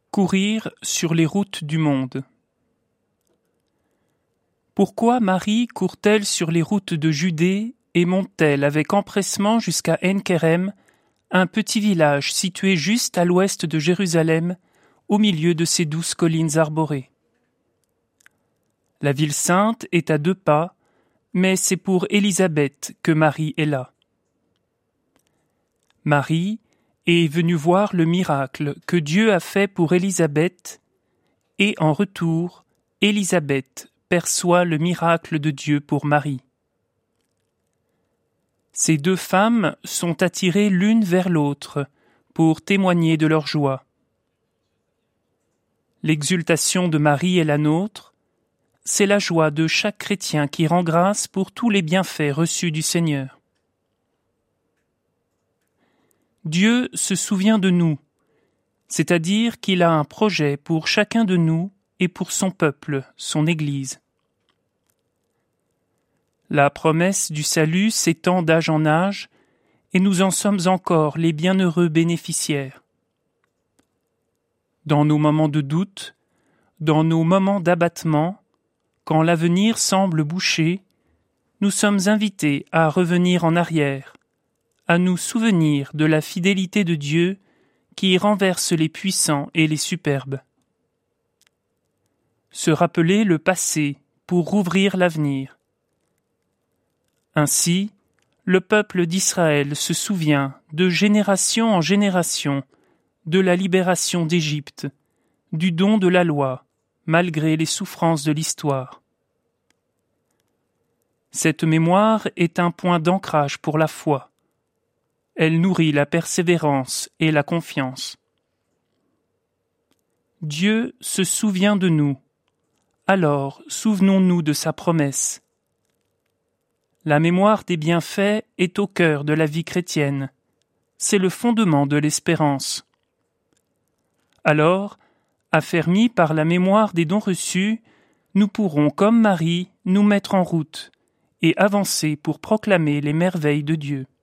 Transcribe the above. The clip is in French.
Courir sur les routes du monde. Pourquoi Marie court-elle sur les routes de Judée et monte-t-elle avec empressement jusqu'à En-Kérem, un petit village situé juste à l'ouest de Jérusalem, au milieu de ses douces collines arborées? La ville sainte est à 2 pas, mais c'est pour Élisabeth que Marie est là. Marie est venue voir le miracle que Dieu a fait pour Élisabeth, et en retour, Élisabeth perçoit le miracle de Dieu pour Marie. Ces 2 femmes sont attirées l'une vers l'autre pour témoigner de leur joie. L'exultation de Marie est la nôtre, c'est la joie de chaque chrétien qui rend grâce pour tous les bienfaits reçus du Seigneur. Dieu se souvient de nous, c'est-à-dire qu'il a un projet pour chacun de nous et pour son peuple, son Église. La promesse du salut s'étend d'âge en âge, et nous en sommes encore les bienheureux bénéficiaires. Dans nos moments de doute, dans nos moments d'abattement, quand l'avenir semble bouché, nous sommes invités à revenir en arrière, à nous souvenir de la fidélité de Dieu qui renverse les puissants et les superbes. Se rappeler le passé pour rouvrir l'avenir. Ainsi, le peuple d'Israël se souvient de génération en génération de la libération d'Égypte, du don de la loi, malgré les souffrances de l'histoire. Cette mémoire est un point d'ancrage pour la foi. Elle nourrit la persévérance et la confiance. Dieu se souvient de nous. Alors, souvenons-nous de sa promesse. La mémoire des bienfaits est au cœur de la vie chrétienne. C'est le fondement de l'espérance. Alors, affermis par la mémoire des dons reçus, nous pourrons, comme Marie, nous mettre en route et avancer pour proclamer les merveilles de Dieu.